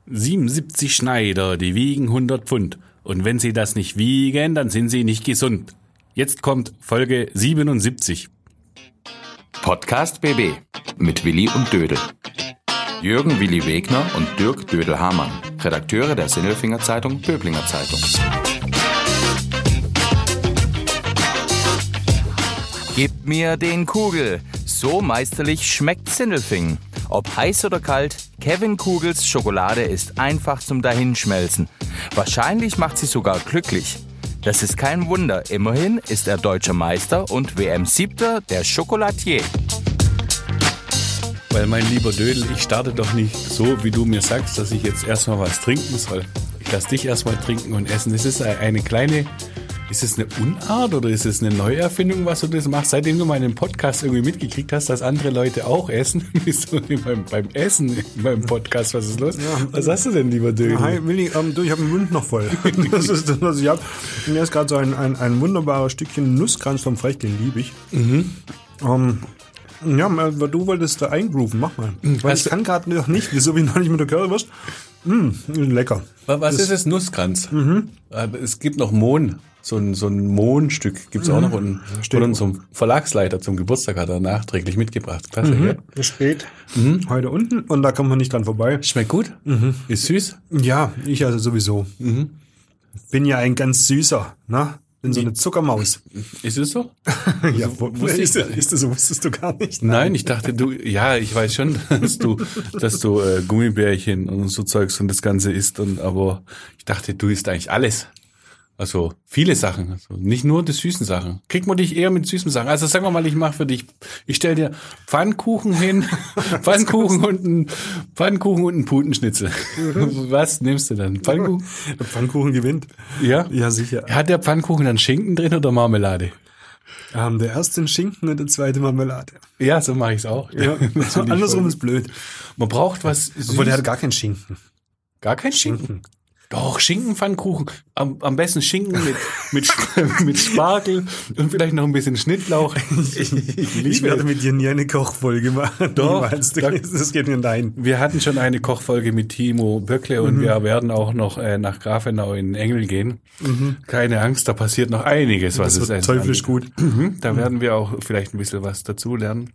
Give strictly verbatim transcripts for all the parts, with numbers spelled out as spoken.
siebenundsiebzig Schneider, die wiegen hundert Pfund. Und wenn sie das nicht wiegen, dann sind sie nicht gesund. Jetzt kommt Folge siebenundsiebzig. Podcast B B mit Willi und Dödel. Jürgen Willi Wegner und Dirk Dödel-Hamann, Redakteure der Sindelfinger Zeitung Böblinger Zeitung. Gib mir den Kugel, so meisterlich schmeckt Sindelfingen. Ob heiß oder kalt, Kevin Kugels Schokolade ist einfach zum Dahinschmelzen. Wahrscheinlich macht sie sogar glücklich. Das ist kein Wunder, immerhin ist er deutscher Meister und W M-Siebter der Schokolatier. Weil mein lieber Dödel, ich starte doch nicht so, wie du mir sagst, dass ich jetzt erstmal was trinken soll. Ich lass dich erstmal trinken und essen. Das ist eine kleine, ist es eine Unart oder ist es eine Neuerfindung, was du das machst? Seitdem du meinen Podcast irgendwie mitgekriegt hast, dass andere Leute auch essen, bist du beim, beim Essen beim Podcast, was ist los? Ja. Was hast du denn, lieber Dödel? Hi Willi, ähm, du, ich habe den Mund noch voll. Das ist das, was ich habe. Mir ist gerade so ein, ein, ein wunderbares Stückchen Nusskranz vom Frech, den liebe ich. Mhm. Ähm, Ja, du wolltest da eingrooven, mach mal. Weil ich kann gerade noch nicht, wieso wie noch nicht mit der Currywurst. Mmh, lecker. Was das ist das? Nusskranz? Mhm. Es gibt noch Mohn, so ein, so ein Mohnstück gibt's mhm. auch noch. Und von unserem Verlagsleiter zum Geburtstag hat er nachträglich mitgebracht. Klasse, mhm. gell? Ist spät, mhm. heute unten und da kommt man nicht dran vorbei. Schmeckt gut? Mhm. Ist süß? Ja, ich also sowieso. Mhm. Bin ja ein ganz süßer, ne? Bin so eine Zuckermaus. Ist es so? Ja, wo, wo ist, ist das so? Wusstest du gar nicht? Nein. Nein, ich dachte, du, ja, ich weiß schon, dass du, dass du äh, Gummibärchen und so Zeugs und das Ganze isst, und aber ich dachte, du isst eigentlich alles. Also viele Sachen, also nicht nur die süßen Sachen. Kriegt man dich eher mit süßen Sachen. Also sagen wir mal, ich mache für dich, ich stell dir Pfannkuchen hin, Pfannkuchen und ein Pfannkuchen und ein Putenschnitzel. Mhm. Was nimmst du dann? Pfannkuchen? Der Pfannkuchen gewinnt. Ja? Ja, sicher. Hat der Pfannkuchen dann Schinken drin oder Marmelade? Ähm, der erste in Schinken und der zweite Marmelade. Ja, so mache ich's auch. Ja. Andersrum ist blöd. Man braucht was Süßes. Obwohl, der hat gar keinen Schinken. Gar keinen Schinken? Schinken. Doch, Schinkenpfannkuchen. Am, am besten Schinken mit, mit, mit Spargel und vielleicht noch ein bisschen Schnittlauch. Ich, ich, ich werde mit dir nie eine Kochfolge machen. Doch, du, das geht mir nein. Wir hatten schon eine Kochfolge mit Timo Böckle und mhm. wir werden auch noch äh, nach Grafenau in Engel gehen. Mhm. Keine Angst, da passiert noch einiges, was das es ist. Teuflisch gut. Mhm. Da mhm. werden wir auch vielleicht ein bisschen was dazu lernen.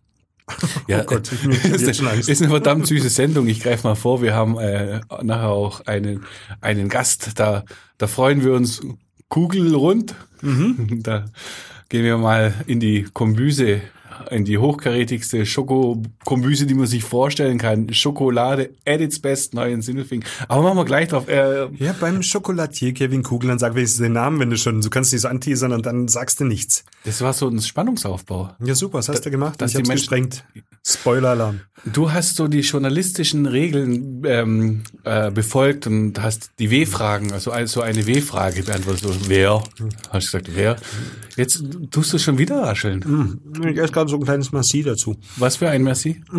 Ja, oh Gott, ich mir jetzt schon Angst. Ist eine verdammt süße Sendung. Ich greife mal vor, wir haben äh, nachher auch einen einen Gast. Da da freuen wir uns kugelrund. Mhm. Da gehen wir mal in die Kombüse, in die hochkarätigste Schokokombüse, die man sich vorstellen kann. Schokolade at its best, neu in Sindelfingen. Aber machen wir gleich drauf. Äh, ja, beim Schokolatier Kevin Kugel, dann sag wenigstens den Namen, wenn du schon, du kannst nicht so anteasern und dann sagst du nichts. Das war so ein Spannungsaufbau. Ja, super, was hast da, du gemacht? Dass ich hab's Menschen, gesprengt. Spoiler-Alarm. Du hast so die journalistischen Regeln ähm, äh, befolgt und hast die W-Fragen, also so eine W-Frage beantwortet. So, wer? Hast du gesagt, wer? Jetzt tust du schon wieder rascheln. Mm, ich esse gerade so ein kleines Merci dazu. Was für ein Merci? Mm,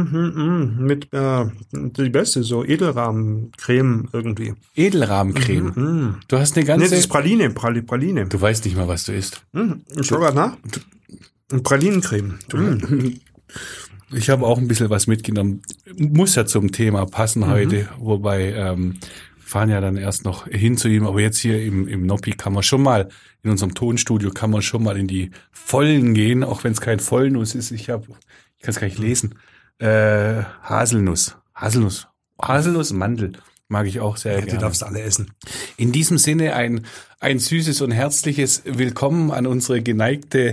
mm, mm, mit äh, die beste, so Edelrahmencreme irgendwie. Edelrahmencreme? Mm, mm. Du hast eine ganze... Nee, das ist Praline, Prali, Praline. Du weißt nicht mal, was du isst. Mm, ich schau grad nach. Pralinencreme. Mm. Ich habe auch ein bisschen was mitgenommen. Muss ja zum Thema passen mhm. heute, wobei ähm, fahren ja dann erst noch hin zu ihm. Aber jetzt hier im, im Noppi kann man schon mal, in unserem Tonstudio kann man schon mal in die Vollen gehen, auch wenn es kein Vollnuss ist. Ich habe, ich kann es gar nicht lesen. Äh, Haselnuss, Haselnuss, Haselnuss, Mandel. Mag ich auch sehr ja, gerne. Die darfst du alle essen. In diesem Sinne ein ein süßes und herzliches Willkommen an unsere geneigte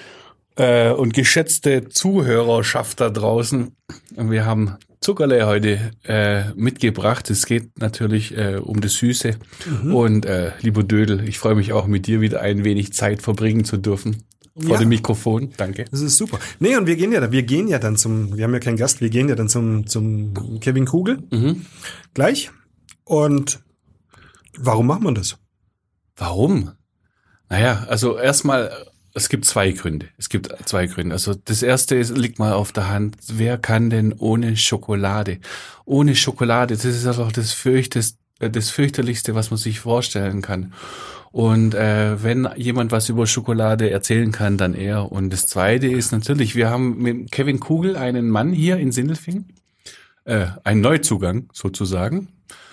Äh, und geschätzte Zuhörerschaft da draußen. Wir haben Zuckerle heute äh, mitgebracht. Es geht natürlich äh, um das Süße. Mhm. Und äh, lieber Dödel, ich freue mich auch, mit dir wieder ein wenig Zeit verbringen zu dürfen. Vor ja. dem Mikrofon. Danke. Das ist super. Nee, und wir gehen ja, wir gehen ja dann zum, wir haben ja keinen Gast, wir gehen ja dann zum, zum Kevin Kugel. Mhm. Gleich. Und warum macht man das? Warum? Naja, also erstmal, es gibt zwei Gründe. Es gibt zwei Gründe. Also das erste ist, liegt mal auf der Hand. Wer kann denn ohne Schokolade? Ohne Schokolade, das ist einfach das fürchtest, das fürchterlichste, was man sich vorstellen kann. Und äh, wenn jemand was über Schokolade erzählen kann, dann er. Und das zweite ist natürlich, wir haben mit Kevin Kugel einen Mann hier in Sindelfingen, äh, einen Neuzugang sozusagen.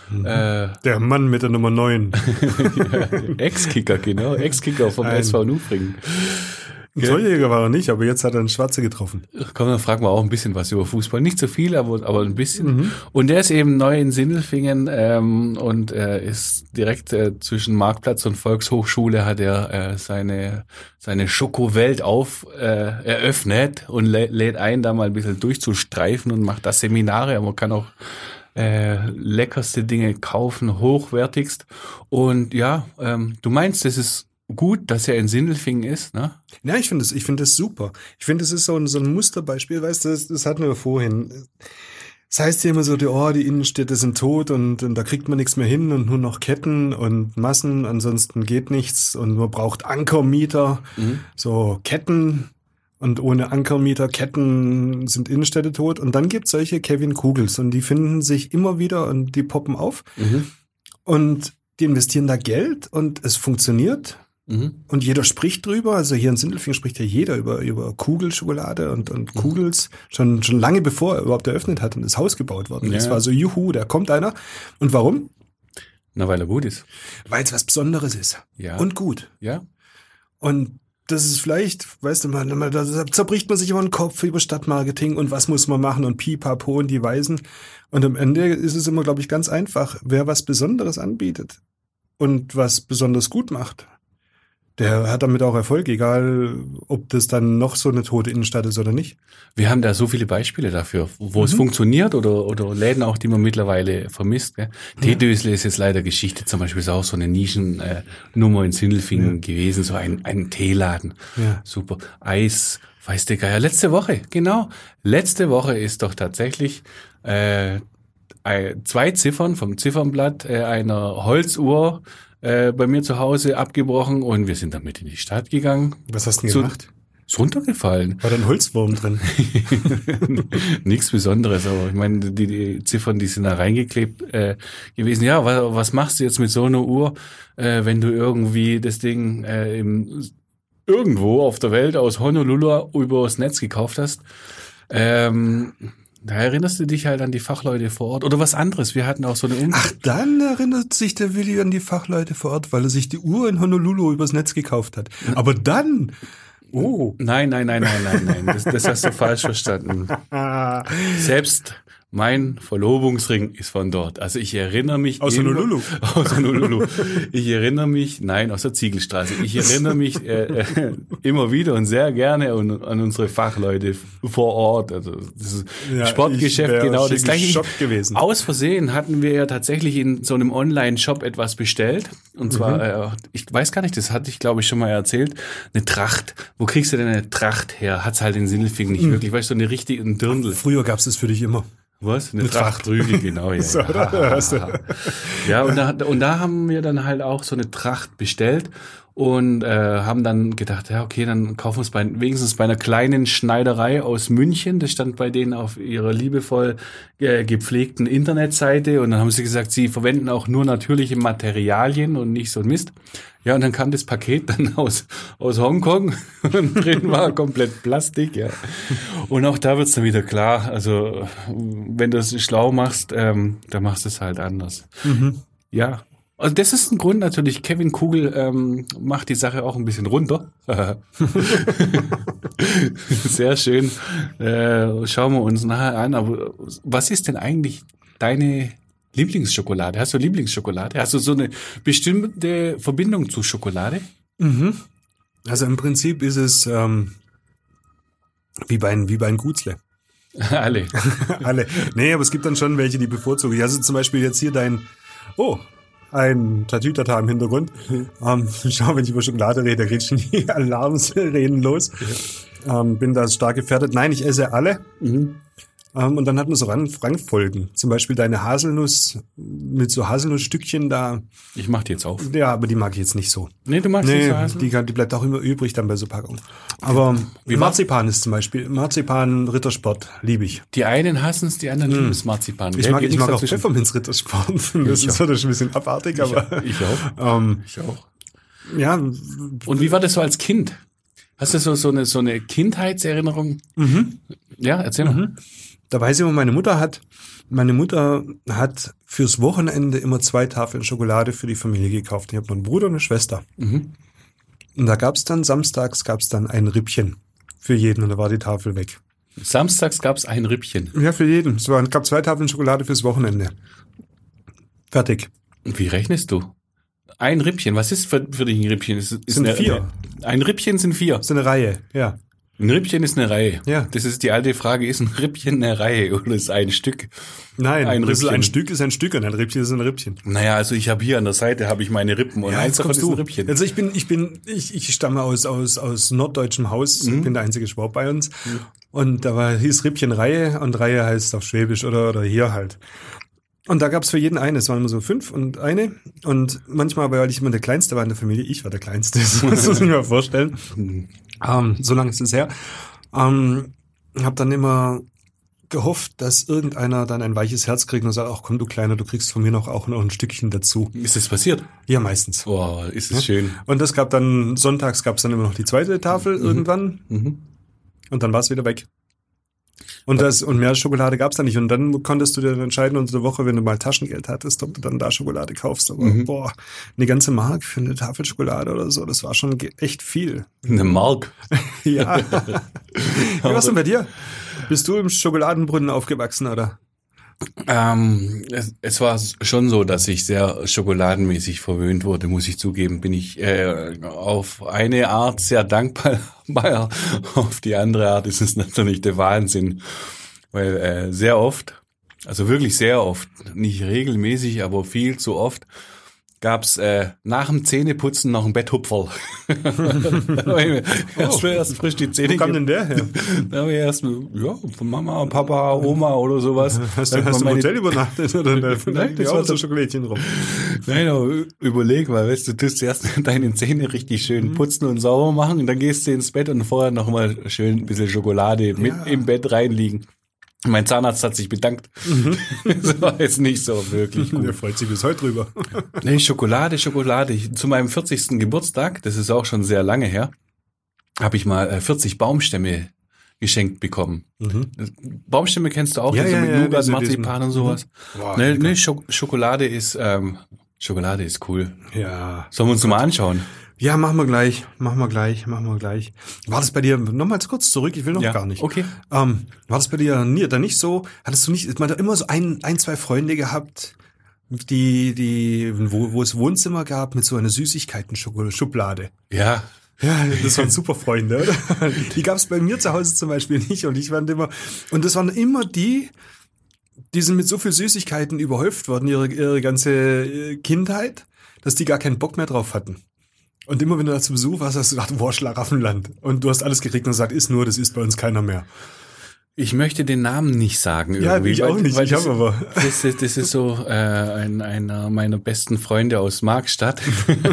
Mhm. Äh, der Mann mit der Nummer neun. ja, Ex-Kicker, genau. Ex-Kicker vom Ein- S V Nufringen. Ein Torjäger war er nicht, aber jetzt hat er einen Schwarze getroffen. Komm, dann fragen wir auch ein bisschen was über Fußball. Nicht so viel, aber, aber ein bisschen. Mhm. Und der ist eben neu in Sindelfingen ähm, und äh, ist direkt äh, zwischen Marktplatz und Volkshochschule hat er äh, seine seine Schokowelt auf äh, eröffnet und lä- lädt ein, da mal ein bisschen durchzustreifen und macht da Seminare. Aber man kann auch äh, leckerste Dinge kaufen, hochwertigst. Und ja, ähm, du meinst, das ist gut, dass er in Sindelfingen ist, ne? Ja, ich finde das, ich finde das super. Ich finde, das ist so ein, so ein Musterbeispiel, weißt du, das, das hatten wir vorhin. Das heißt ja immer so, die, oh, die Innenstädte sind tot und, und da kriegt man nichts mehr hin und nur noch Ketten und Massen, ansonsten geht nichts und man braucht Ankermieter, mhm. so Ketten und ohne Ankermieter, Ketten sind Innenstädte tot und dann gibt's solche Kevin Kugels und die finden sich immer wieder und die poppen auf mhm. und die investieren da Geld und es funktioniert. Mhm. Und jeder spricht drüber. Also hier in Sindelfingen spricht ja jeder über, über Kugelschokolade und, und mhm. Kugels. Schon, schon lange bevor er überhaupt eröffnet hat und das Haus gebaut worden ist. Ja. Das war so, juhu, da kommt einer. Und warum? Na, weil er gut ist. Weil es was Besonderes ist. Ja. Und gut. Ja. Und das ist vielleicht, weißt du mal, da zerbricht man sich immer den Kopf über Stadtmarketing und was muss man machen und pipapo und die Weisen. Und am Ende ist es immer, glaube ich, ganz einfach. Wer was Besonderes anbietet und was besonders gut macht, der hat damit auch Erfolg, egal ob das dann noch so eine tote Innenstadt ist oder nicht. Wir haben da so viele Beispiele dafür, wo mhm. es funktioniert oder oder Läden auch, die man mittlerweile vermisst. Gell? Ja. Teedösle ist jetzt leider Geschichte, zum Beispiel ist auch so eine Nischennummer in Sindelfingen ja. gewesen, so ein, ein Teeladen. Ja. Super. Eis, weiß der Geier. Letzte Woche, genau. Letzte Woche ist doch tatsächlich äh, zwei Ziffern vom Ziffernblatt äh, einer Holzuhr Äh, bei mir zu Hause abgebrochen und wir sind damit in die Stadt gegangen. Was hast du denn gemacht? Ist runtergefallen. War da ein Holzwurm drin? Nichts Besonderes, aber ich meine, die, die Ziffern, die sind da reingeklebt äh, gewesen. Ja, was, was machst du jetzt mit so einer Uhr, äh, wenn du irgendwie das Ding äh, im, irgendwo auf der Welt aus Honolulu übers Netz gekauft hast? Ähm, Da erinnerst du dich halt an die Fachleute vor Ort oder was anderes. Wir hatten auch so eine Um- Ach, dann erinnert sich der Willi an die Fachleute vor Ort, weil er sich die Uhr in Honolulu übers Netz gekauft hat. Aber dann... Oh. Nein, nein, nein, nein, nein, nein. Das, das hast du falsch verstanden. Selbst mein Verlobungsring ist von dort. Also ich erinnere mich... Aus immer, Honolulu. Aus Honolulu. Ich erinnere mich, nein, aus der Ziegelstraße. Ich erinnere mich äh, äh, immer wieder und sehr gerne an, an unsere Fachleute vor Ort. Also das ist ja, Sportgeschäft, genau das gleiche. Gewesen. Aus Versehen hatten wir ja tatsächlich in so einem Online-Shop etwas bestellt. Und zwar, mhm. äh, ich weiß gar nicht, das hatte ich glaube ich schon mal erzählt, eine Tracht. Wo kriegst du denn eine Tracht her? Hat's halt in Sindelfingen nicht mhm. wirklich. Weißt du, eine richtige ein Dirndl. Früher gab's das für dich immer. Was? Eine, Eine Tracht Rügel, genau. Ja, so, ja. ja und, da, und da haben wir dann halt auch so eine Tracht bestellt und äh, haben dann gedacht, ja okay, dann kaufen wir es bei, wenigstens bei einer kleinen Schneiderei aus München. Das stand bei denen auf ihrer liebevoll äh, gepflegten Internetseite und dann haben sie gesagt, sie verwenden auch nur natürliche Materialien und nicht so ein Mist. Ja, und dann kam das Paket dann aus aus Hongkong und drin war komplett Plastik, ja. Und auch da wird's dann wieder klar, also wenn du es schlau machst, ähm, dann machst du es halt anders. Mhm. Ja, also das ist ein Grund natürlich, Kevin Kugel ähm, macht die Sache auch ein bisschen runter. Sehr schön. Äh, schauen wir uns nachher an, aber was ist denn eigentlich deine Lieblingsschokolade? Hast du Lieblingsschokolade? Hast du so eine bestimmte Verbindung zu Schokolade? Mhm. Also im Prinzip ist es ähm, wie bei ein, wie bei ein Gutzle. Alle. Alle. Nee, aber es gibt dann schon welche, die bevorzuge ich. Also zum Beispiel jetzt hier dein, oh, ein Tatütata im Hintergrund. Ähm, schau, wenn ich über Schokolade rede, da geht schon die Alarmsirenen los. Ähm, bin da stark gefährdet. Nein, ich esse alle. Mhm. Um, und dann hat man so Rangfolgen. Zum Beispiel deine Haselnuss mit so Haselnussstückchen da. Ich mach die jetzt auf. Ja, aber die mag ich jetzt nicht so. Nee, du magst nee, nicht so Haselnuss? Die, die bleibt auch immer übrig dann bei so Packungen. Aber wie Marzipan ist zum Beispiel. Marzipan, Rittersport, liebe ich. Die einen hassen es, die anderen lieben es Marzipan. Ich mag, ich mag auch Pfefferminz Rittersport. Das ich ist natürlich ein bisschen abartig, ich aber. Ich auch. Ähm, ich auch. Ja. Und wie war das so als Kind? Hast du so, so eine, so eine Kindheitserinnerung? Mhm. Ja, erzähl mal. Mhm. Da weiß ich immer, meine Mutter hat, meine Mutter hat fürs Wochenende immer zwei Tafeln Schokolade für die Familie gekauft. Ich habe noch einen Bruder und eine Schwester. Mhm. Und da gab's dann, samstags gab's dann ein Rippchen für jeden und da war die Tafel weg. Samstags gab's ein Rippchen. Ja, für jeden. Es waren, gab zwei Tafeln Schokolade fürs Wochenende. Fertig. Und wie rechnest du? Ein Rippchen, was ist für, für dich ein Rippchen? Ist, ist Sind eine, vier. Ein Rippchen sind vier. Das ist eine Reihe, ja. Ein Rippchen ist eine Reihe. Ja. Das ist die alte Frage, ist ein Rippchen eine Reihe oder ist ein Stück? Nein, ein das ist Rippchen. ein Stück ist ein Stück und ein Rippchen ist ein Rippchen. Naja, also ich habe hier an der Seite habe ich meine Rippen und Ja, eins jetzt davon kommst ist ein du. Rippchen. Also ich bin, ich bin, ich, ich stamme aus, aus, aus norddeutschem Haus. Mhm. Ich bin der einzige Schwab bei uns. Mhm. Und da war, hieß Rippchen Reihe und Reihe heißt auf Schwäbisch oder, oder hier halt. Und da gab's für jeden eine. Es waren immer so fünf und eine. Und manchmal, weil ich immer der Kleinste war in der Familie, ich war der Kleinste, das muss man sich mal vorstellen. Mhm. Ähm, so lange ist es her. Ähm, habe dann immer gehofft, dass irgendeiner dann ein weiches Herz kriegt und sagt, ach komm du Kleiner, du kriegst von mir noch auch noch ein Stückchen dazu. Ist das passiert? Ja, meistens. Boah, ist es Ja. schön. Und das gab dann, sonntags gab es dann immer noch die zweite Tafel Mhm. irgendwann Mhm. und dann war es wieder weg. Und das und mehr Schokolade gab es da nicht. Und dann konntest du dir dann entscheiden unter der Woche, wenn du mal Taschengeld hattest, ob du dann da Schokolade kaufst. Aber Mhm. boah, eine ganze Mark für eine Tafel Schokolade oder so, das war schon ge- echt viel. Eine Mark. Ja. Wie war's denn bei dir? Bist du im Schokoladenbrunnen aufgewachsen, oder? Ähm, es, es war schon so, dass ich sehr schokoladenmäßig verwöhnt wurde, muss ich zugeben. Bin ich äh, auf eine Art sehr dankbar, aber auf die andere Art ist es natürlich der Wahnsinn. Weil äh, sehr oft, also wirklich sehr oft, nicht regelmäßig, aber viel zu oft, gab's äh, nach dem Zähneputzen noch ein Betthupferl. Da habe ich mir erst, erst frisch die Zähne Wo kam denn der her? Da habe ich erst, ja, von Mama, Papa, Oma oder sowas. Hast Da du, hat hast du man im meine- Hotel übernachtet? Oder da Nein, das ja, war so so- Schokolädchen rum. Nein, aber überleg mal, weißt du, du tust erst deine Zähne richtig schön putzen und sauber machen und dann gehst du ins Bett und vorher noch mal schön ein bisschen Schokolade mit Ja. im Bett reinliegen. Mein Zahnarzt hat sich bedankt. Das war jetzt nicht so wirklich Der gut. freut sich bis heute drüber. Nee, Schokolade, Schokolade. Ich- Zu meinem vierzigsten Geburtstag, das ist auch schon sehr lange her, habe ich mal äh, vierzig Baumstämme geschenkt bekommen. Baumstämme kennst du auch, Ja, diese ja, mit ja, Nougat, diese- Marzipan und sowas. Boah, Nee, lecker. nee, Schok Schokolade ist, ähm, Schokolade ist cool. Ja. Sollen wir uns mal anschauen? Ja, machen wir gleich, machen wir gleich, machen wir gleich. War das bei dir, nochmals kurz zurück, ich will noch Ja, gar nicht. okay. Ähm, war das bei dir nie, dann nicht so, hattest du nicht, man hat immer so ein, ein, zwei Freunde gehabt, die, die, wo, wo es Wohnzimmer gab mit so einer Süßigkeiten-Schublade. Ja, Ja, das waren super Freunde, oder? Die gab es bei mir zu Hause zum Beispiel nicht und ich fand immer, und das waren immer die, die sind mit so viel Süßigkeiten überhäuft worden, ihre, ihre ganze äh, Kindheit, dass die gar keinen Bock mehr drauf hatten. Und immer wenn du da zu Besuch warst, hast du gedacht, boah, Schlaraffenland. Und du hast alles gekriegt und gesagt, ist nur, das ist bei uns keiner mehr. ich möchte den Namen nicht sagen Ja, irgendwie. ich auch weil- nicht, weil ich das, hab aber. Das ist, das ist so äh, ein, einer meiner besten Freunde aus Markstadt.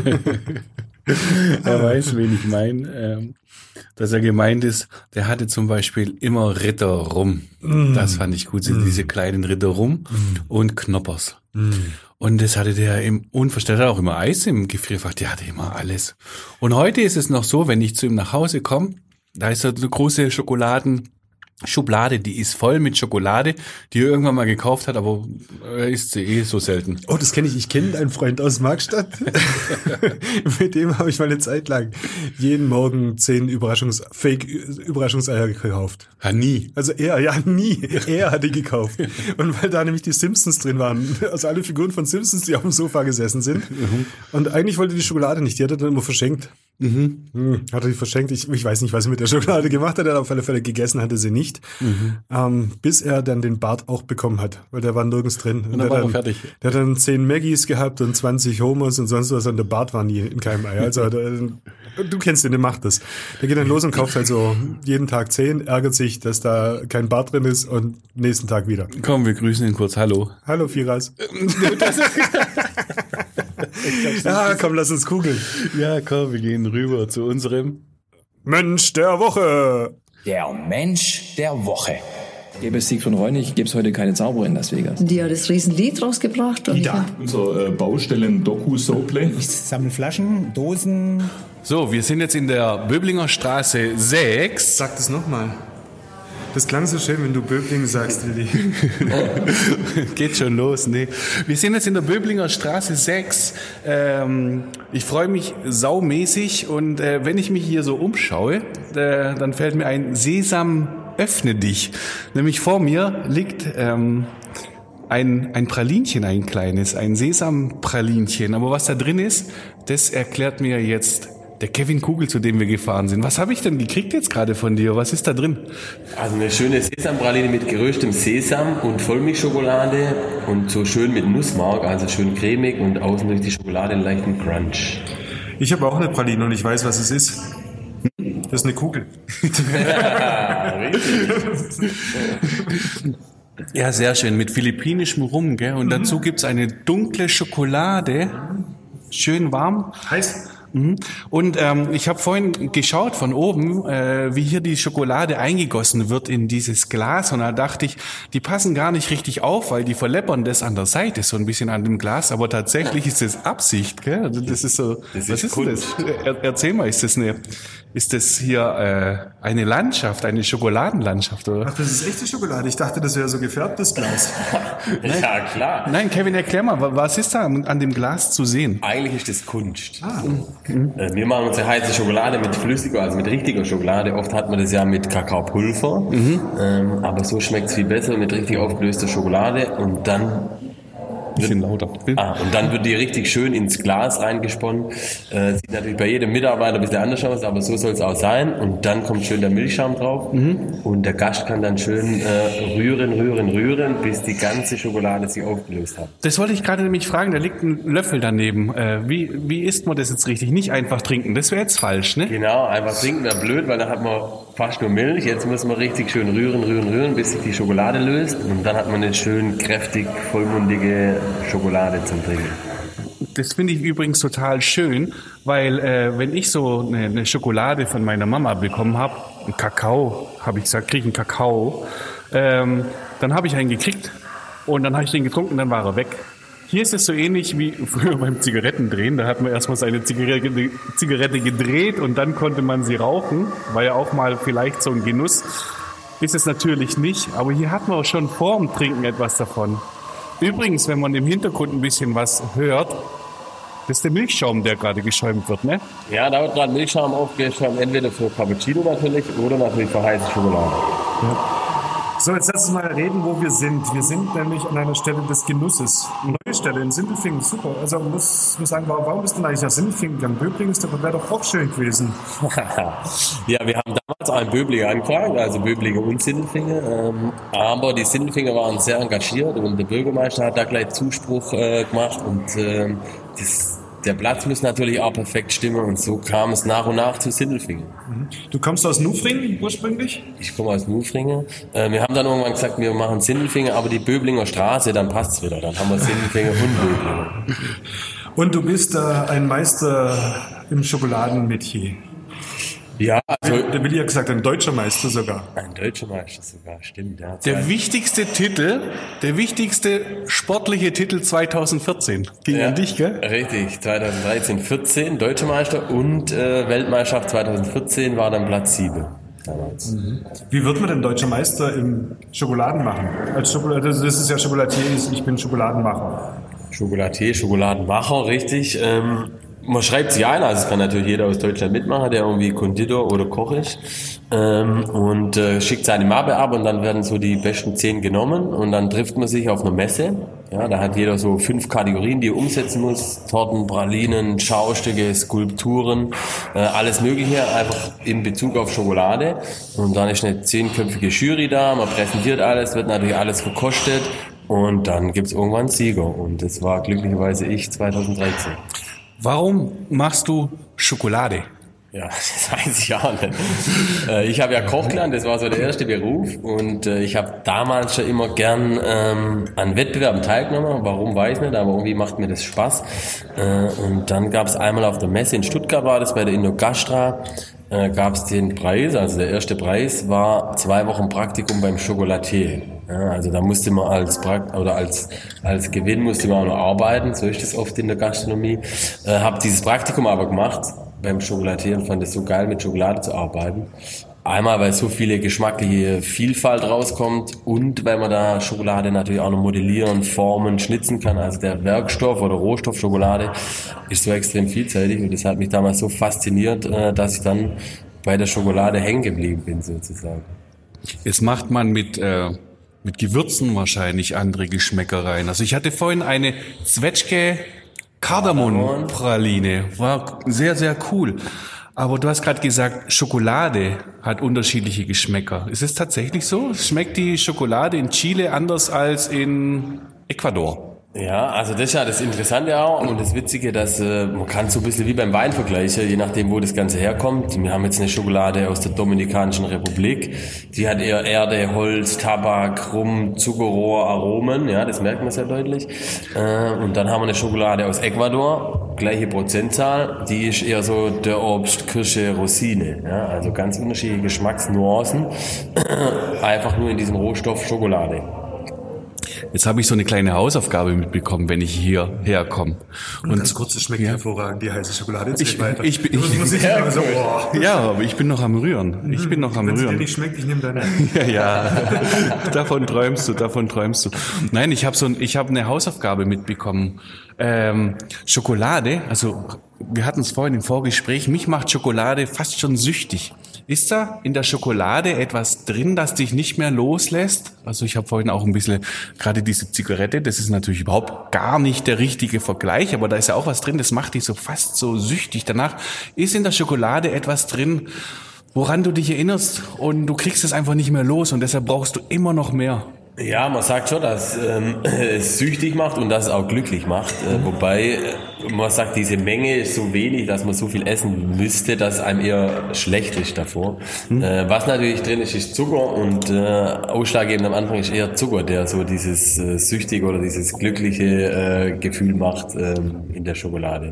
Er weiß, wen ich meine. Ähm, dass er gemeint ist, der hatte zum Beispiel immer Ritter rum. Mm. Das fand ich gut, so diese kleinen Ritter rum und Knoppers. Und das hatte der im Unverständnis, hat auch immer Eis im Gefrierfach, der hatte immer alles. Und heute ist es noch so, wenn ich zu ihm nach Hause komme, da ist so eine große Schokoladen, Schublade, die ist voll mit Schokolade, die er irgendwann mal gekauft hat, aber er isst sie eh so selten. Oh, das kenne ich. Ich kenne einen Freund aus Markstadt. Mit dem habe ich mal eine Zeit lang jeden Morgen zehn Überraschungs Fake-Überraschungseier gekauft. Ja, nie. Also er, ja nie. Er hat die gekauft. Und weil da nämlich die Simpsons drin waren, also alle Figuren von Simpsons, die auf dem Sofa gesessen sind. Und eigentlich wollte die Schokolade nicht, die hat er dann immer verschenkt. Mhm. Hm, hat er die verschenkt. Ich, ich weiß nicht, was er mit der Schokolade gemacht hat, er hat auf alle Fälle gegessen, hatte sie nicht. Mhm. Ähm, bis er dann den Bart auch bekommen hat, weil der war nirgends drin. Und dann war er dann, fertig. Der hat dann zehn Maggies gehabt und zwanzig Homers und sonst was, und der Bart war nie in keinem Ei. Also der, du kennst den, der macht das. Der geht dann los und kauft halt so jeden Tag zehn, ärgert sich, dass da kein Bart drin ist, und nächsten Tag wieder. Komm, wir grüßen ihn kurz. Hallo. Hallo Firas. Ja, komm, lass uns kugeln. Ja, komm, wir gehen rüber zu unserem Mensch der Woche. Der Mensch der Woche. Gäbe es Siegfried Reunig, gäbe es heute keine Zauberer in Las Vegas. Die hat das Riesenlied rausgebracht. Und ich hab, Unser äh, Baustellen-Doku-Soapplay. Ich sammle Flaschen, Dosen. So, wir sind jetzt in der Böblinger Straße sechs. Sag das nochmal. Das klang so schön, wenn du Böbling sagst, Willi. Geht schon los, nee. Wir sind jetzt in der Böblinger Straße sechs. Ähm, ich freue mich saumäßig und äh, wenn ich mich hier so umschaue, äh, dann fällt mir ein Sesam, öffne dich. Nämlich vor mir liegt ähm, ein, ein Pralinchen, ein kleines, ein Sesampralinchen. Aber was da drin ist, das erklärt mir jetzt der Kevin Kugel, zu dem wir gefahren sind. Was habe ich denn gekriegt jetzt gerade von dir? Was ist da drin? Also eine schöne Sesampraline mit geröstem Sesam und Vollmilchschokolade und so schön mit Nussmark, also schön cremig und außen durch die Schokolade einen leichten Crunch. Ich habe auch eine Praline und ich weiß, was es ist. Das ist eine Kugel. Ja, richtig. Ja, sehr schön. Mit philippinischem Rum, gell? Und dazu gibt's eine dunkle Schokolade. Schön warm. Heiß. Und ähm, ich habe vorhin geschaut von oben, äh, wie hier die Schokolade eingegossen wird in dieses Glas. Und da dachte ich, die passen gar nicht richtig auf, weil die verleppern das an der Seite so ein bisschen an dem Glas. Aber tatsächlich ist das Absicht, gell? Also das ist so. Das was ist ist denn das? Er, erzähl mal, ist das eine, ist das hier äh, eine Landschaft, eine Schokoladenlandschaft, oder? Ach, das ist echte Schokolade. Ich dachte, das wäre so gefärbtes Glas. Ja, klar. Nein, Kevin, erklär mal, was ist da an dem Glas zu sehen? Eigentlich ist das Kunst. Ah. Äh, wir machen unsere heiße Schokolade mit flüssiger, also mit richtiger Schokolade. Oft hat man das ja mit Kakaopulver, mhm. ähm, aber so schmeckt es viel besser mit richtig aufgelöster Schokolade und dann bisschen lauter. Ah, und dann wird die richtig schön ins Glas reingesponnen. Äh, sieht natürlich bei jedem Mitarbeiter ein bisschen anders aus, aber so soll es auch sein. Und dann kommt schön der Milchschaum drauf. Mhm. Und der Gast kann dann schön äh, rühren, rühren, rühren, bis die ganze Schokolade sich aufgelöst hat. Das wollte ich gerade nämlich fragen. Da liegt ein Löffel daneben. Äh, wie, wie isst man das jetzt richtig? Nicht einfach trinken. Das wäre jetzt falsch, ne? Genau, einfach trinken wäre blöd, weil dann hat man fast nur Milch. Jetzt muss man richtig schön rühren, rühren, rühren, bis sich die Schokolade löst. Und dann hat man eine schön kräftig, vollmundige Schokolade zum Trinken. Das finde ich übrigens total schön, weil äh, wenn ich so eine, eine Schokolade von meiner Mama bekommen habe, einen Kakao, habe ich gesagt, kriege ich einen Kakao, ähm, dann habe ich einen gekriegt und dann habe ich den getrunken und dann war er weg. Hier ist es so ähnlich wie früher beim Zigarettendrehen. Da hat man erstmal seine Zigarette, Zigarette gedreht und dann konnte man sie rauchen. War ja auch mal vielleicht so ein Genuss. Ist es natürlich nicht, aber hier hat man auch schon vor dem Trinken etwas davon. Übrigens, wenn man im Hintergrund ein bisschen was hört, das ist der Milchschaum, der gerade geschäumt wird, ne? Ja, da wird gerade Milchschaum aufgeschäumt, entweder für Cappuccino natürlich oder natürlich für heiße Schokolade. Ja. So, jetzt lass uns mal reden, wo wir sind. Wir sind nämlich an einer Stelle des Genusses. Neue Stelle in Sindelfingen, super. Also muss muss sagen, warum bist du denn eigentlich nach Sindelfingen gegangen? Böblingen ist doch, wäre doch auch schön gewesen. Ja, wir haben damals auch in Böblingen angefangen, also Böblingen und Sindelfingen. Ähm, aber die Sindelfinger waren sehr engagiert und der Bürgermeister hat da gleich Zuspruch äh, gemacht und äh, das Der Platz muss natürlich auch perfekt stimmen und so kam es nach und nach zu Sindelfingen. Du kommst aus Nufringen ursprünglich? Ich komme aus Nufringen. Äh, wir haben dann irgendwann gesagt, wir machen Sindelfingen, aber die Böblinger Straße, dann passt's wieder. Dann haben wir Sindelfingen und Böblingen. Und du bist äh, ein Meister im Schokoladenmetier. Ja, also der Willi hat gesagt, ein deutscher Meister sogar. Ein deutscher Meister sogar, stimmt. Ja, der wichtigste Titel, der wichtigste sportliche Titel zwanzig vierzehn. Ging ja, an dich, gell? Richtig, zwanzig dreizehn, vierzehn deutscher Meister und äh, Weltmeisterschaft zwanzig vierzehn war dann Platz sieben. Damals. Mhm. Wie wird man denn deutscher Meister im Schokoladenmachen? Als Schokolade, das ist ja Schokolatier, ich bin Schokoladenmacher. Schokolatier, Schokoladenmacher, richtig. Ähm, Man schreibt sich ein, also es kann natürlich jeder aus Deutschland mitmachen, der irgendwie Konditor oder Koch ist, ähm, und äh, schickt seine Mappe ab und dann werden so die besten zehn genommen und dann trifft man sich auf einer Messe. Ja, da hat jeder so fünf Kategorien, die er umsetzen muss: Torten, Pralinen, Schaustücke, Skulpturen, äh, alles Mögliche, einfach in Bezug auf Schokolade. Und dann ist eine zehnköpfige Jury da, man präsentiert alles, wird natürlich alles verkostet und dann gibt's irgendwann einen Sieger und das war glücklicherweise ich zwanzig dreizehn. Warum machst du Schokolade? Ja, das weiß ich auch nicht. Ich habe ja Koch gelernt, das war so der erste Beruf und ich habe damals schon immer gern ähm, an Wettbewerben teilgenommen. Warum, weiß ich nicht, aber irgendwie macht mir das Spaß. Und dann gab es einmal auf der Messe in Stuttgart, war das bei der Indogastra, äh, gab es den Preis, also der erste Preis war zwei Wochen Praktikum beim Chocolatier. Ja, also da musste man als Prakt- oder als als Gewinn musste man auch noch arbeiten, so ist das oft in der Gastronomie. Äh, habe dieses Praktikum aber gemacht beim Chocolatier und fand es so geil, mit Schokolade zu arbeiten. Einmal, weil so viele geschmackliche Vielfalt rauskommt und weil man da Schokolade natürlich auch noch modellieren, formen, schnitzen kann. Also der Werkstoff oder Rohstoff Schokolade ist so extrem vielseitig und das hat mich damals so fasziniert, dass ich dann bei der Schokolade hängen geblieben bin sozusagen. Jetzt macht man mit äh, mit Gewürzen wahrscheinlich andere Geschmäcker rein. Also ich hatte vorhin eine Zwetschge Kardamom-Praline, war sehr, sehr cool. Aber du hast gerade gesagt, Schokolade hat unterschiedliche Geschmäcker. Ist es tatsächlich so? Schmeckt die Schokolade in Chile anders als in Ecuador? Ja, also das ist ja das Interessante auch und das Witzige, dass äh, man kann so ein bisschen wie beim Wein vergleichen, je nachdem, wo das Ganze herkommt. Wir haben jetzt eine Schokolade aus der Dominikanischen Republik, die hat eher Erde, Holz, Tabak, Rum, Zuckerrohr, Aromen, ja, das merkt man sehr deutlich. Äh, und dann haben wir eine Schokolade aus Ecuador, gleiche Prozentzahl, die ist eher so der Obst, Kirsche, Rosine, ja, also ganz unterschiedliche Geschmacksnuancen, einfach nur in diesem Rohstoff Schokolade. Jetzt habe ich so eine kleine Hausaufgabe mitbekommen, wenn ich hierher komme. Und, und ganz kurz, es schmeckt ja hervorragend, die heiße Schokolade. Jetzt ich, weiter. Ich, ich, ich, muss ich ja, so, oh. ja, aber ich bin noch am Rühren. Ich bin noch am Wenn Rühren. Wenn es dir nicht schmeckt, ich nehme deine. ja, ja. davon träumst du, davon träumst du. Nein, ich habe so, ein, ich habe eine Hausaufgabe mitbekommen. Ähm, Schokolade, also wir hatten es vorhin im Vorgespräch, mich macht Schokolade fast schon süchtig. Ist da in der Schokolade etwas drin, das dich nicht mehr loslässt? Also ich habe vorhin auch ein bisschen, gerade diese Zigarette, das ist natürlich überhaupt gar nicht der richtige Vergleich, aber da ist ja auch was drin, das macht dich so fast so süchtig. Danach ist in der Schokolade etwas drin, woran du dich erinnerst und du kriegst es einfach nicht mehr los und deshalb brauchst du immer noch mehr. Ja, man sagt schon, dass ähm, es süchtig macht und dass es auch glücklich macht. Äh, wobei man sagt, diese Menge ist so wenig, dass man so viel essen müsste, dass einem eher schlecht ist davor. Mhm. Äh, was natürlich drin ist, ist Zucker und äh, ausschlaggebend am Anfang ist eher Zucker, der so dieses äh, süchtige oder dieses glückliche äh, Gefühl macht äh, in der Schokolade.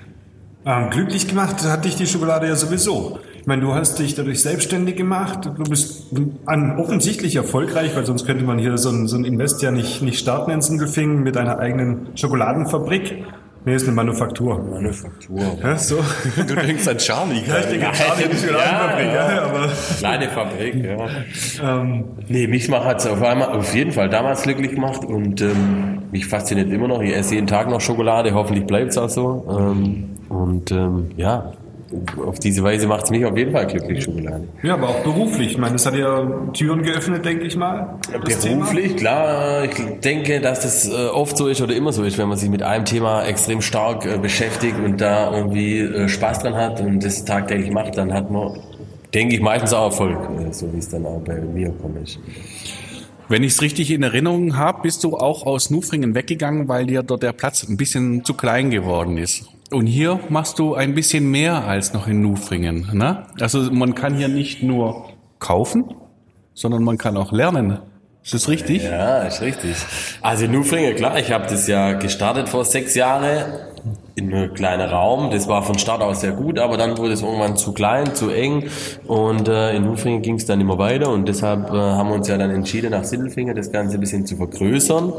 Ähm, glücklich gemacht hat dich die Schokolade ja sowieso. Ich meine, du hast dich dadurch selbstständig gemacht. Du bist an, offensichtlich erfolgreich, weil sonst könnte man hier so ein, so ein Invest ja nicht, nicht starten in Sindelfingen mit einer eigenen Schokoladenfabrik. Nee, ist eine Manufaktur. Manufaktur. Ja, so. Du denkst an Charlie. Ja, ich denke an Charlie, die Schokoladenfabrik. Ja, ja, aber kleine Fabrik, ja. ähm. Nee, mich hat es auf einmal auf jeden Fall damals glücklich gemacht und ähm, mich fasziniert immer noch. Ich esse jeden Tag noch Schokolade, hoffentlich bleibt es auch so. Ähm, und ähm, ja, auf diese Weise macht es mich auf jeden Fall glücklich, Schokolade. Ja, aber auch beruflich. Ich meine, das hat ja Türen geöffnet, denke ich mal. Beruflich, klar. Ich denke, dass das äh, oft so ist oder immer so ist, wenn man sich mit einem Thema extrem stark äh, beschäftigt und da irgendwie äh, Spaß dran hat und das tagtäglich macht, dann hat man, denke ich, meistens auch Erfolg, äh, so wie es dann auch bei mir kommt. Wenn ich es richtig in Erinnerung habe, bist du auch aus Nufringen weggegangen, weil dir dort der Platz ein bisschen zu klein geworden ist. Und hier machst du ein bisschen mehr als noch in Nufringen, ne? Also man kann hier nicht nur kaufen, sondern man kann auch lernen. Ist das richtig? Ja, ist richtig. Also in Nufringen, klar, ich habe das ja gestartet vor sechs Jahren in einem kleinen Raum. Das war von Start aus sehr gut, aber dann wurde es irgendwann zu klein, zu eng und äh, in Nufringen ging es dann immer weiter und deshalb äh, haben wir uns ja dann entschieden, nach Sindelfingen das Ganze ein bisschen zu vergrößern.